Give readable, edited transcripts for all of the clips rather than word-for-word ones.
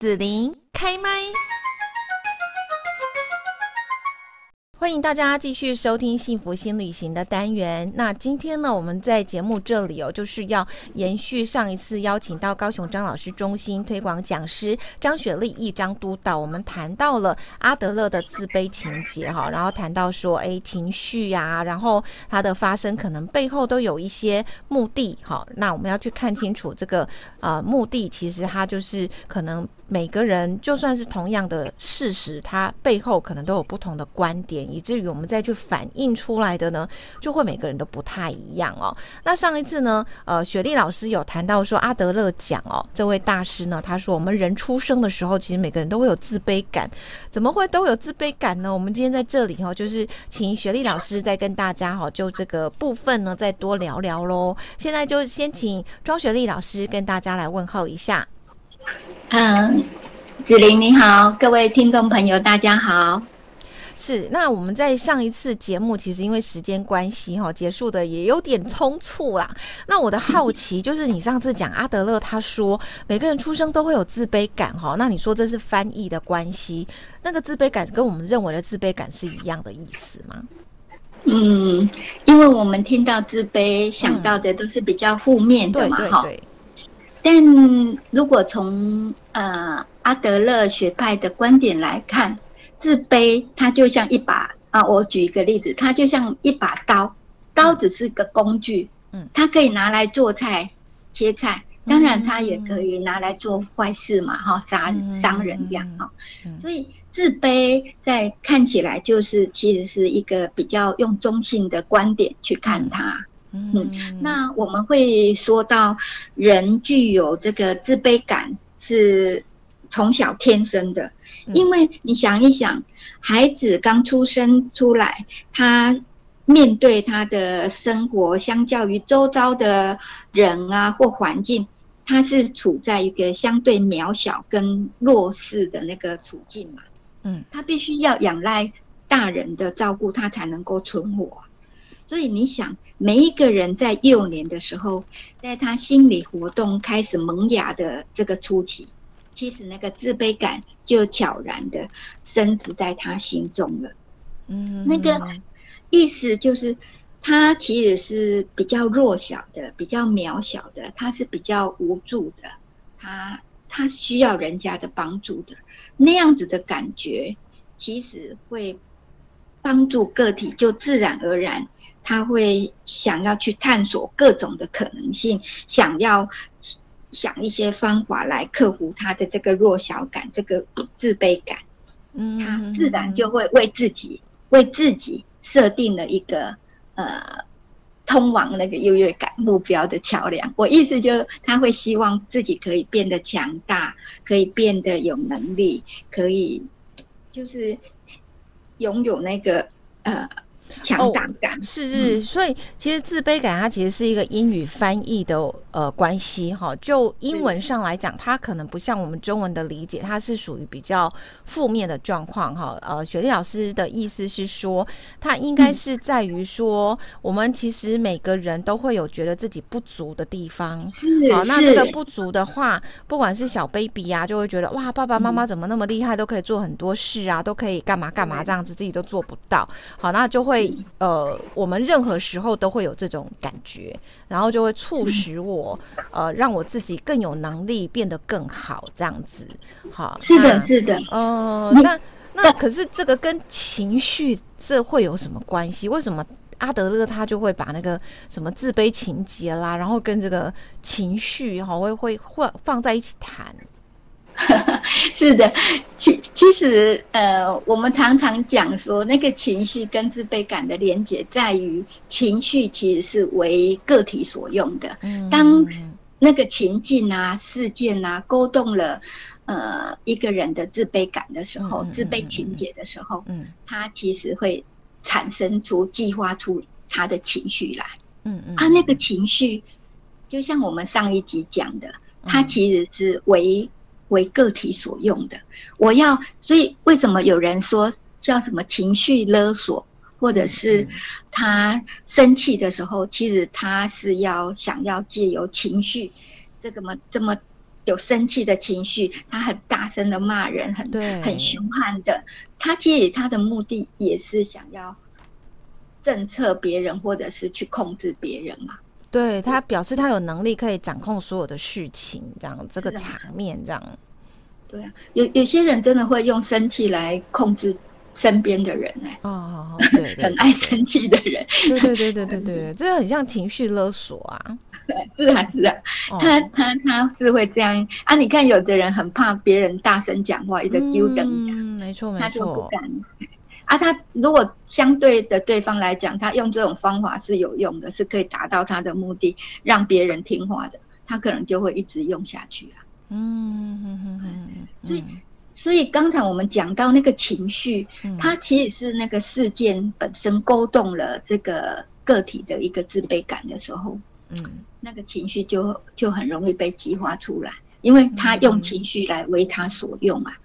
子琳开麦。欢迎大家继续收听幸福新旅行的单元。那今天呢，我们在节目这里就是要延续上一次邀请到高雄张老师中心推广讲师张雪丽义张督导，我们谈到了阿德勒的自卑情节，然后谈到说情绪啊，然后它的发生可能背后都有一些目的。那我们要去看清楚这个目的，其实它就是可能每个人就算是同样的事实，它背后可能都有不同的观点，以至于我们再去反映出来的呢，就会每个人都不太一样哦。那上一次呢，雪莉老师有谈到说阿德勒讲这位大师呢，他说我们人出生的时候，其实每个人都会有自卑感，怎么会都有自卑感呢？我们今天在这里就是请雪莉老师再跟大家就这个部分呢再多聊聊咯。现在就先请庄雪莉老师跟大家来问候一下。 子琳你好，各位听众朋友大家好。 是，那我们在上一次节目其实因为时间关系结束的也有点匆促啦。那我的好奇就是你上次讲阿德勒他说每个人出生都会有自卑感那你说这是翻译的关系，那个自卑感跟我们认为的自卑感是一样的意思吗？ 因为我们听到自卑想到的都是比较负面的嘛， 对。 但如果从阿德勒学派的观点来看，自卑它就像一把我举一个例子，它就像一把刀，刀只是个工具，它可以拿来做菜切菜，当然它也可以拿来做坏事嘛，伤人这样所以自卑在看起来就是其实是一个比较用中性的观点去看它。那我们会说到人具有这个自卑感是从小天生的，因为你想一想，孩子刚出生出来，他面对他的生活，相较于周遭的人或环境，他是处在一个相对渺小跟弱势的那个处境嘛。他必须要仰赖大人的照顾，他才能够存活。所以你想，每一个人在幼年的时候，在他心理活动开始萌芽的这个初期，其实那个自卑感就悄然的深植在他心中了。那个意思就是他其实是比较弱小的，比较渺小的，他是比较无助的，他需要人家的帮助的。那样子的感觉其实会帮助个体就自然而然他会想要去探索各种的可能性，想要想一些方法来克服他的这个弱小感，这个自卑感。他自然就会为自己设定了一个通往那个优越感目标的桥梁。我意思就是他会希望自己可以变得强大，可以变得有能力，可以就是拥有那个强大感。 是，所以其实自卑感它其实是一个英语翻译的关系就英文上来讲，它可能不像我们中文的理解，它是属于比较负面的状况雪莉老师的意思是说，它应该是在于说，我们其实每个人都会有觉得自己不足的地方。那这个不足的话，不管是小 baby 就会觉得哇，爸爸妈妈怎么那么厉害，都可以做很多事都可以干嘛干嘛这样子，自己都做不到。那就会我们任何时候都会有这种感觉，然后就会促使我让我自己更有能力变得更好这样子。 是的那可是这个跟情绪这会有什么关系？为什么阿德勒他就会把那个什么自卑情节啦，然后跟这个情绪会放在一起谈？ 是的，其实我们常常讲说，那个情绪跟自卑感的连结在于，情绪其实是为个体所用的。当那个情境事件勾动了一个人的自卑感的时候，自卑情节的时候，它其实会产生出、激发出他的情绪来。那个情绪就像我们上一集讲的，它其实是为个体所用的。所以为什么有人说叫什么情绪勒索，或者是他生气的时候，其实他是想要借由情绪这么有生气的情绪，他很大声的骂人，很凶悍的，他其实他的目的也是想要政策别人或者是去控制别人嘛。 对，他表示他有能力可以掌控所有的事情，这样这个场面这样。 对啊，有些人真的会用生气来控制身边的人对， 很爱生气的人， 对，这很像情绪勒索啊。 是啊，他是会这样啊。你看，有的人很怕别人大声讲话，一直揪等讲， 没错， 他就不敢啊。他如果相对的对方来讲，他用这种方法是有用的，是可以达到他的目的，让别人听话的，他可能就会一直用下去啊。所以刚才我们讲到那个情绪，它其实是那个事件本身勾动了这个个体的一个自卑感的时候，那个情绪就很容易被激发出来，因为他用情绪来为他所用啊。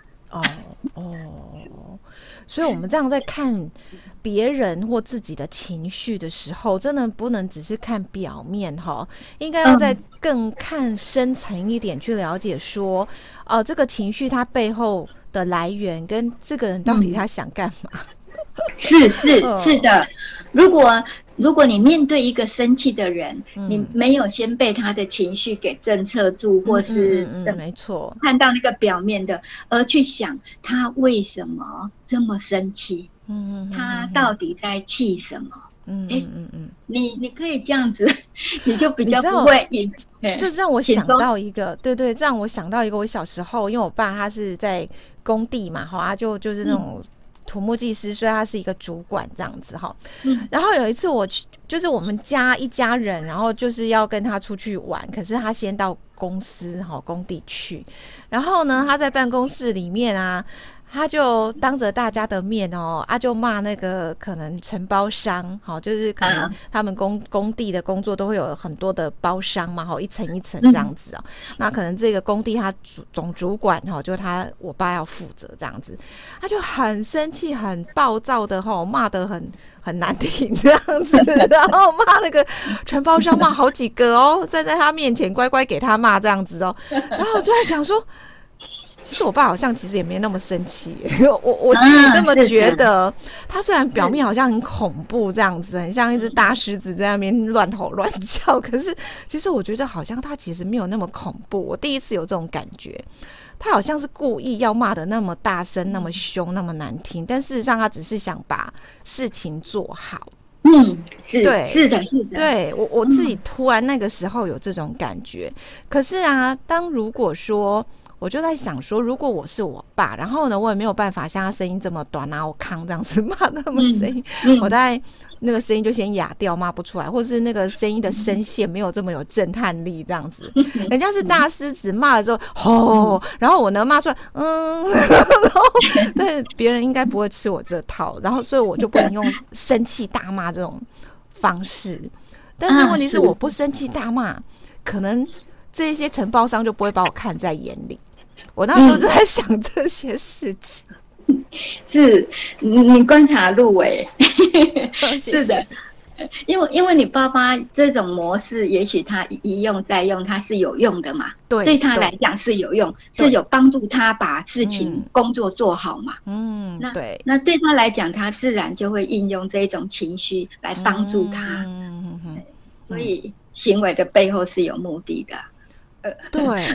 所以我们这样在看别人或自己的情绪的时候，真的不能只是看表面哈，应该要再更看深层一点，去了解说，这个情绪它背后的来源跟这个人到底他想干嘛。 是的，如果你面对一个生气的人，你没有先被他的情绪给震慑住，或是没错，看到那个表面的，而去想他为什么这么生气，他到底在气什么？你可以这样子，你就比较不会。 这让我想到一个，对，这让我想到一个，我小时候，因为我爸他是在工地嘛，他就是那种土木技师，所以他是一个主管这样子哈。然后有一次就是我们家一家人，然后就是要跟他出去玩，可是他先到公司工地去，然后呢他在办公室里面啊，他就当着大家的面就骂那个可能承包商，就是可能他们工地的工作都会有很多的包商嘛，一层一层这样子那可能这个工地他总主管就我爸要负责这样子，他就很生气很暴躁的骂得很难听这样子，然后骂那个承包商骂好几个在他面前乖乖给他骂这样子然后我就在想说，其实我爸好像其实也没那么生气，我心里这么觉得。他虽然表面好像很恐怖这样子，很像一只大狮子在那边乱吼乱叫，可是其实我觉得好像他其实没有那么恐怖。我第一次有这种感觉，他好像是故意要骂的那么大声、那么凶、那么难听，但事实上他只是想把事情做好。 是的。 对，我自己突然那个时候有这种感觉。可是啊，如果说我就在想说，如果我是我爸，然后呢，我也没有办法像他声音这么短我康这样子骂那么声音，我在那个声音就先哑掉，骂不出来，或是那个声音的声线没有这么有震撼力这样子。人家是大狮子骂了之后，然后我能骂出来，然后对别人应该不会吃我这套，然后所以我就不能用生气大骂这种方式。但是问题是，我不生气大骂，可能这些承包商就不会把我看在眼里。我那时候就在想这些事情。 是你观察入微是的，因为你爸爸这种模式，也许他一用再用，他是有用的嘛，对他来讲是有用，是有帮助他把事情工作做好嘛。那对他来讲，他自然就会应用这种情绪来帮助他。所以行为的背后是有目的的。 对，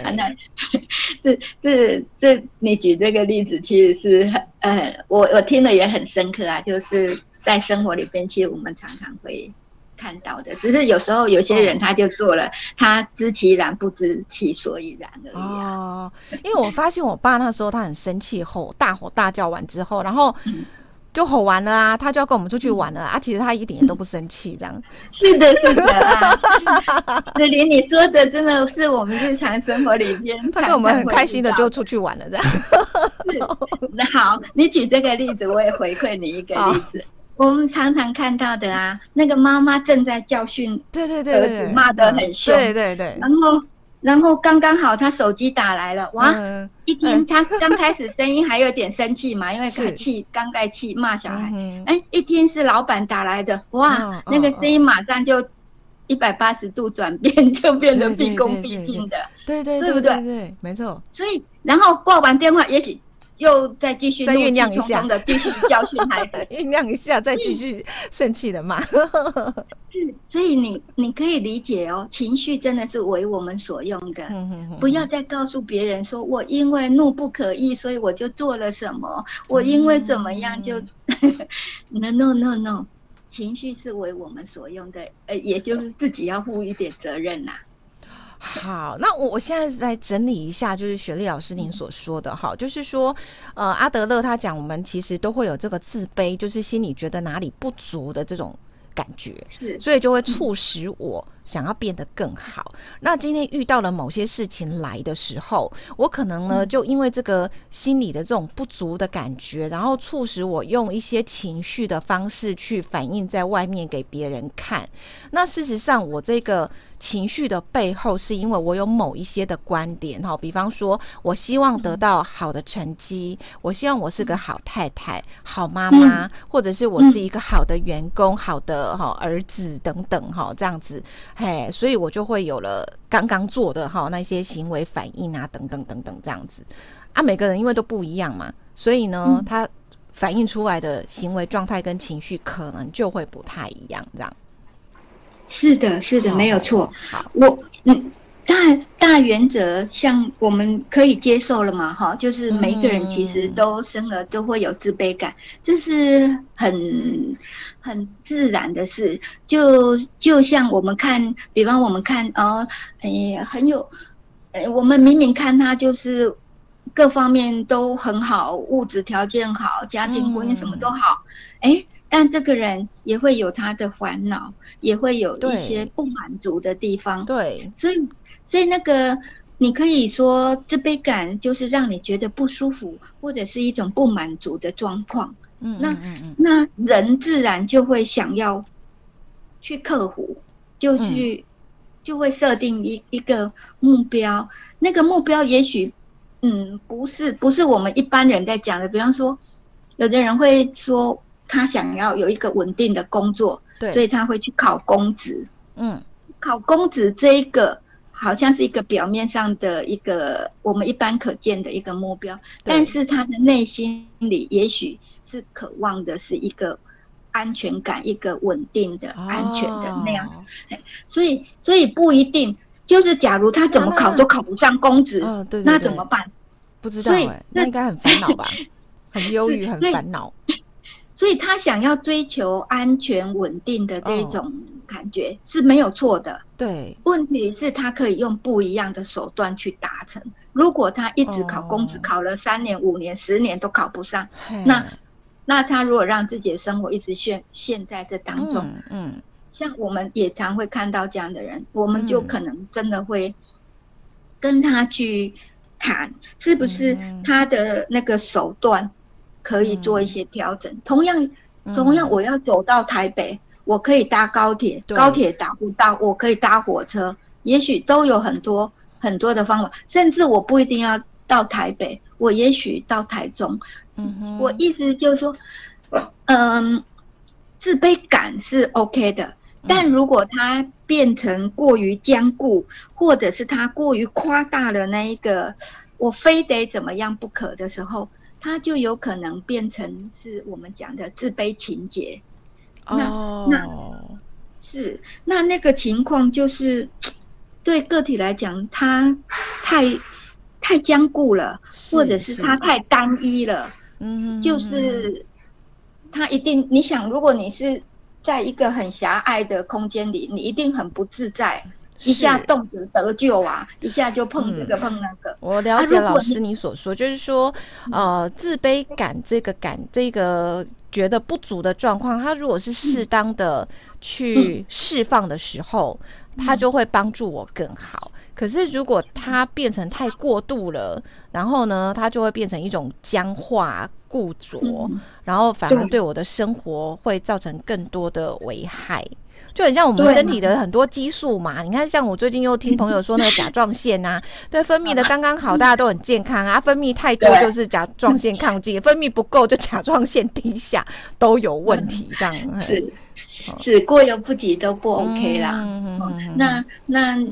这你举这个例子其实是我听了也很深刻啊，就是在生活里边，其实我们常常会看到的，只是有时候有些人他就做了，他知其然不知其所以然而已因为我发现我爸那时候他很生气，大吼大叫完之后，然后就吼完了啊，他就要跟我们出去玩了啊。其实他一点也都不生气，这样。 是的子琳，你说的真的是我们日常生活里边， 他跟我们很开心的就出去玩了，这样。 那好，你举这个例子，我也回馈你一个例子。我们常常看到的啊，那个妈妈正在教训儿子，骂得很凶， 对， 然后刚刚好他手机打来了，哇！一听他刚开始声音还有点生气嘛，因为刚在气骂小孩。一听是老板打来的，哇！那个声音马上就180度转变，就变得毕恭毕敬的。 对对对对不对？ 对对，没错。 所以然后挂完电话，也许又再继续再酝酿一下怒气冲冲的继续教训孩子， 酝酿一下，再继续生气的骂。 所以你可以理解哦，情绪真的是为我们所用的，不要再告诉别人说我因为怒不可遏，所以我就做了什么，我因为怎么样就no no no no， 情绪是为我们所用的，也就是自己要负一点责任啦。 好，那我现在来整理一下，就是雪莉老师您所说的哈，就是说，阿德勒他讲，我们其实都会有这个自卑，就是心里觉得哪里不足的这种感觉，所以就会促使我想要变得更好。那今天遇到了某些事情来的时候，我可能呢就因为这个心理的这种不足的感觉，然后促使我用一些情绪的方式去反映在外面给别人看。那事实上我这个情绪的背后是因为我有某一些的观点，比方说我希望得到好的成绩，我希望我是个好太太、好妈妈，或者是我是一个好的员工、好的儿子等等这样子，所以我就会有了刚刚做的那些行为反应啊等等等等这样子啊。每个人因为都不一样嘛，所以呢他反映出来的行为状态跟情绪可能就会不太一样这样。 是的，是的，没有错。 好， 大原则像我们可以接受了嘛，哈，就是每一个人其实都生而都会有自卑感，这是很自然的事。就像我们看，比方我们看很有，我们明明看他就是各方面都很好，物质条件好，家庭婚姻什么都好，但这个人也会有他的烦恼，也会有一些不满足的地方。对，所以那个你可以说自卑感就是让你觉得不舒服，或者是一种不满足的状况。那人自然就会想要去克服，就会设定一个目标。那个目标也许不是我们一般人在讲的，比方说有的人会说他想要有一个稳定的工作，所以他会去考公职。考公职这一个好像是一个表面上的一个我们一般可见的一个目标，但是他的内心里也许是渴望的是一个安全感，一个稳定的、安全的那样。所以不一定，就是假如他怎么考都考不上公职，那怎么办？ 不知道那应该很烦恼吧？很忧郁，很烦恼。 所以他想要追求安全稳定的这种感觉是没有错的。对，问题是他可以用不一样的手段去达成。如果他一直考公职，考了3年、5年、10年都考不上，那他如果让自己的生活一直陷在这当中，像我们也常会看到这样的人，我们就可能真的会跟他去谈，是不是他的那个手段可以做一些调整。同样我要走到台北，我可以搭高铁，高铁达不到，我可以搭火车，也许都有很多很多的方法，甚至我不一定要到台北，我也许到台中。我意思就是说自卑感是 OK 的，但如果它变成过于坚固，或者是它过于夸大了那一个我非得怎么样不可的时候，它就有可能变成是我们讲的自卑情节。那个情况就是对个体来讲，它太坚固了，或者是它太单一了。就是它一定，你想，如果你是在一个很狭隘的空间里，你一定很不自在。一下动辄得咎啊，一下就碰这个碰那个。我了解老师你所说，就是说，自卑感这个觉得不足的状况，它如果是适当的去释放的时候，它就会帮助我更好。可是如果它变成太过度了，然后呢，它就会变成一种僵化、固着，然后反而对我的生活会造成更多的危害。就很像我们身体的很多激素嘛，你看像我最近又听朋友说那个甲状腺啊，对，分泌的刚刚好，大家都很健康啊，分泌太多就是甲状腺亢进，分泌不够就甲状腺低下，都有问题这样。 是过犹不及都不 OK 啦。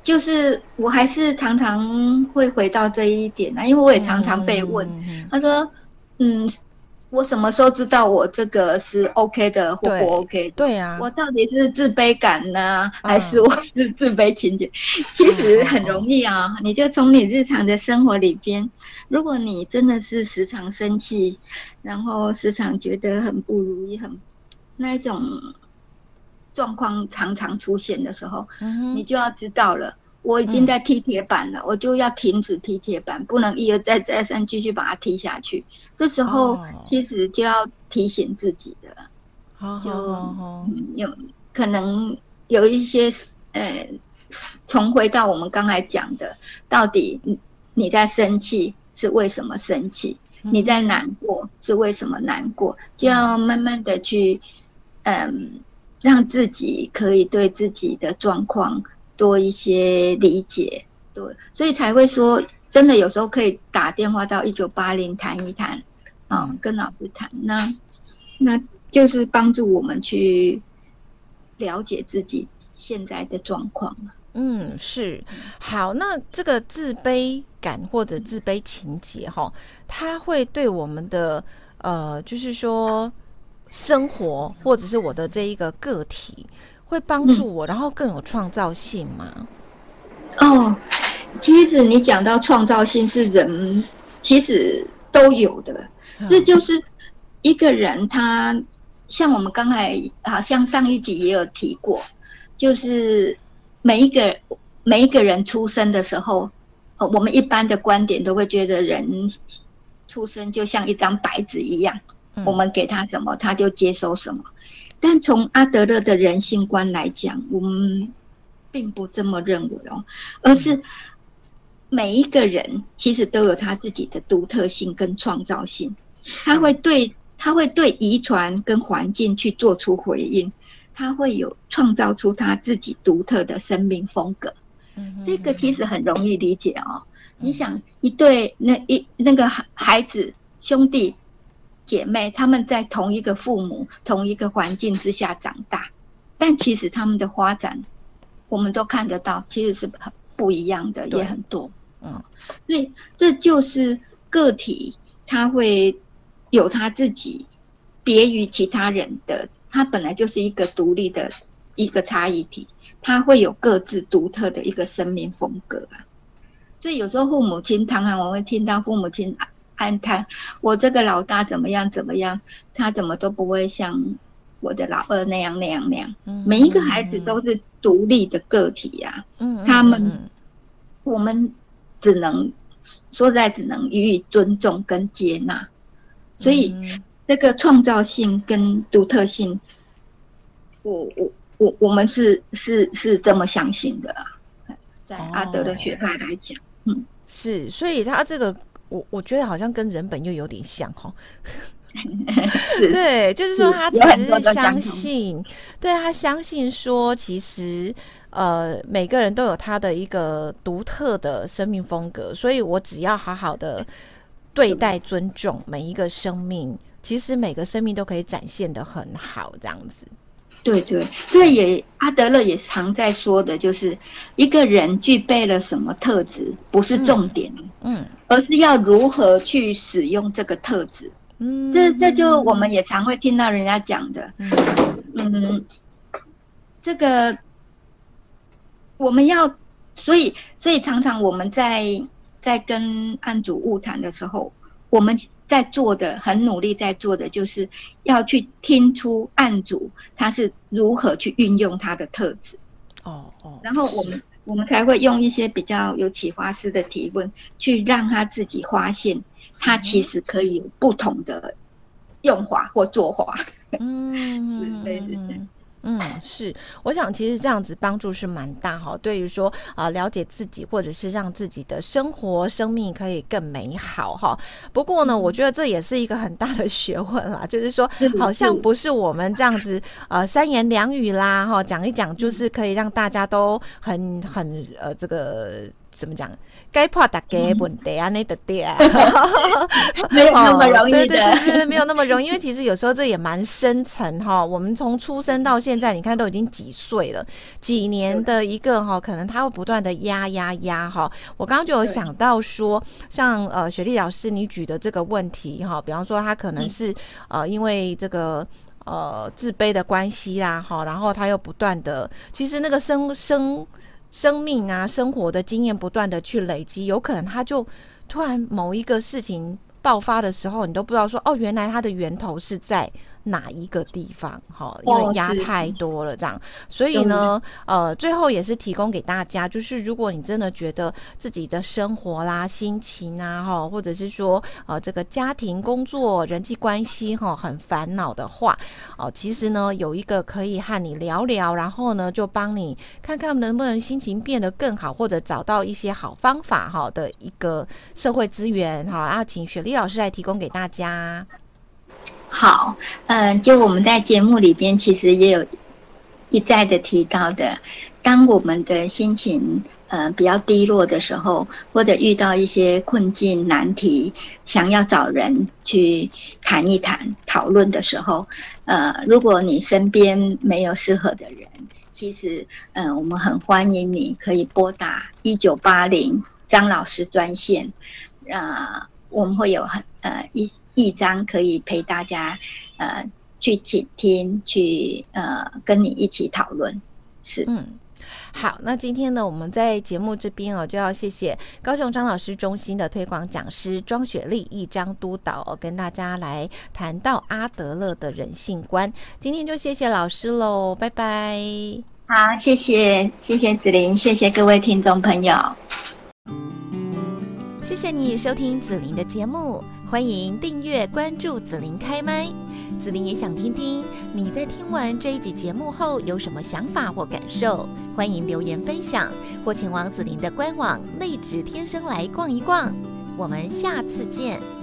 就是我还是常常会回到这一点啊，因为我也常常被问，他说，嗯，我什么时候知道我这个是 OK 的或不对 OK 的？ 对啊， 我到底是自卑感呢，还是嗯， 我是自卑情节？其哦实很容哦哦， 易啊，你就从你日常的生活里边，如果你真的是时常生气，然后时常觉得很不如意，那一种状况常常出现的时候， 嗯哼， 你就要知道了。我已经嗯， 在踢铁板了，我就要停止踢铁板，不能一而再三继续把它踢下去。这时候哦， 其实就要提醒自己的， 好好就好好， 有可能有一些重回到我们刚才讲的，到底你在生气是为什么生气？你在嗯哼， 难过是为什么难过？就要慢慢的去，让自己可以对自己的状况多一些理解，对，所以才会说，真的有时候可以打电话到1980谈一谈， 嗯。 跟老师谈，那就是帮助我们去了解自己现在的状况。 嗯，是。好，那这个自卑感或者自卑情节哈，它会对我们的就是说生活或者是我的这一个个体，会帮助我，然后更有创造性吗？ 哦，其实你讲到创造性是人其实都有的，这嗯就是一个人他像我们刚才好像上一集也有提过，就是每一个每一个人出生的时候，我们一般的观点都会觉得人出生就像一张白纸一样，我嗯们给他什么他就接收什么。但从阿德勒的人性观来讲，我们并不这么认为哦，而嗯是每一个人其实都有他自己的独特性跟创造性，他会对遗传跟环境去做出回应，他会有创造出他自己独特的生命风格。 嗯这个其实很容易理解哦。你嗯想，一对那个孩子兄弟姐妹，他们在同一个父母、同一个环境之下长大，但其实他们的发展，我们都看得到，其实是很不一样的，也对， 很多。 嗯所以这就是个体，他会有他自己别于其他人的，他本来就是一个独立的一个差异体，他会有各自独特的一个生命风格啊。所以有时候父母亲，常常我会听到父母亲哀叹我这个老大怎么样怎么样，他怎么都不会像我的老二那样那样那样。每一个孩子都是独立的个体呀、 嗯他们嗯我们只能说实在只能予以尊重跟接纳。所以这个创造性跟独特性，我们是这么相信的啊，在阿德的学派来讲， 是，所以他这个我觉得好像跟人本又有点像哈。对，就是说他其实是相信，对他相信说，其实每个人都有他的一个独特的生命风格，所以我只要好好的对待、尊重每一个生命，其实每个生命都可以展现得很好，这样子。 对对，这也阿德勒也常在说的，就是一个人具备了什么特质不是重点，而是要如何去使用这个特质。这就我们也常会听到人家讲的，这个我们要，所以常常我们在跟案主晤谈的时候，我们在做的很努力在做的，就是要去听出案主他是如何去运用他的特质。然后我们才会用一些比较有启发式的提问，去让他自己发现，他其实可以有不同的用法或做法。 是，我想其实这样子帮助是蛮大哈，对于说了解自己，或者是让自己的生活生命可以更美好哈。不过呢，我觉得这也是一个很大的学问啦，就是说好像不是我们这样子三言两语啦哈讲一讲，就是可以让大家都很这个怎么讲？该破大家的问题啊，那的对啊， 没有那么容易的， 对，没有那么容易，因为其实有时候这也蛮深层哈。我们从出生到现在，你看都已经几岁了，几年的一个哈，可能他会不断的压哈。我刚刚就有想到说，像雪莉老师你举的这个问题哈，比方说他可能是因为这个。自卑的关系啦，哈，然后他又不断的，其实那个生命啊，生活的经验不断的去累积，有可能他就突然某一个事情爆发的时候，你都不知道说，哦，原来它的源头是在哪一个地方，因为压太多了这样，所以呢，最后也是提供给大家，就是如果你真的觉得自己的生活啦、心情啊，或者是说这个家庭、工作、人际关系很烦恼的话，其实呢有一个可以和你聊聊，然后呢就帮你看看能不能心情变得更好，或者找到一些好方法的一个社会资源，要请雪莉老师来提供给大家。 好，就我们在节目里边其实也有一再的提到的，当我们的心情比较低落的时候，或者遇到一些困境难题，想要找人去谈一谈、讨论的时候，如果你身边没有适合的人，其实我们很欢迎你可以拨打1980张老师专线，我们会有一张可以陪大家去倾听，去跟你一起讨论。是， 好，那今天呢，我们在节目这边就要谢谢高雄张老师中心的推广讲师庄雪莉一张督导跟大家来谈到阿德勒的人性观。今天就谢谢老师喽，拜拜。 好，谢谢子琳，谢谢各位听众朋友。 谢谢你收听子琳的节目，欢迎订阅关注子琳开麦。子琳也想听听你在听完这一集节目后有什么想法或感受，欢迎留言分享或前往子琳的官网内指天生来逛一逛。我们下次见。